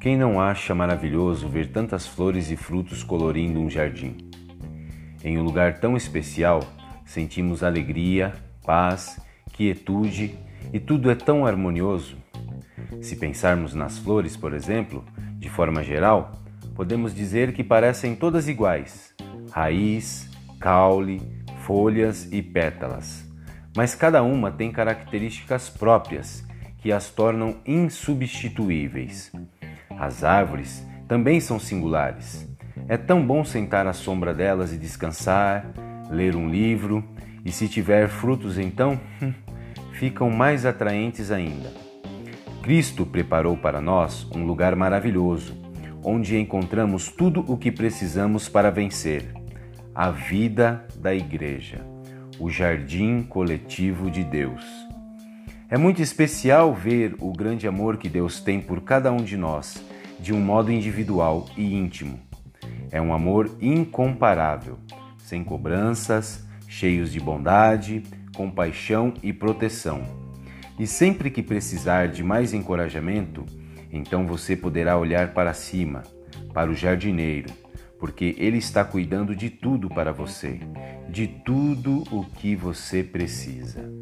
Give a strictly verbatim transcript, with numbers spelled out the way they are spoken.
Quem não acha maravilhoso ver tantas flores e frutos colorindo um jardim? Em um lugar tão especial, sentimos alegria, paz, quietude e tudo é tão harmonioso. Se pensarmos nas flores, por exemplo, de forma geral, podemos dizer que parecem todas iguais: raiz, caule, folhas e pétalas. Mas cada uma tem características próprias que as tornam insubstituíveis. As árvores também são singulares. É tão bom sentar à sombra delas e descansar, ler um livro, e se tiver frutos então, ficam mais atraentes ainda. Cristo preparou para nós um lugar maravilhoso, onde encontramos tudo o que precisamos para vencer: a vida da Igreja, o jardim coletivo de Deus. É muito especial ver o grande amor que Deus tem por cada um de nós, de um modo individual e íntimo. É um amor incomparável, sem cobranças, cheios de bondade, compaixão e proteção. E sempre que precisar de mais encorajamento, então você poderá olhar para cima, para o jardineiro, porque ele está cuidando de tudo para você, de tudo o que você precisa.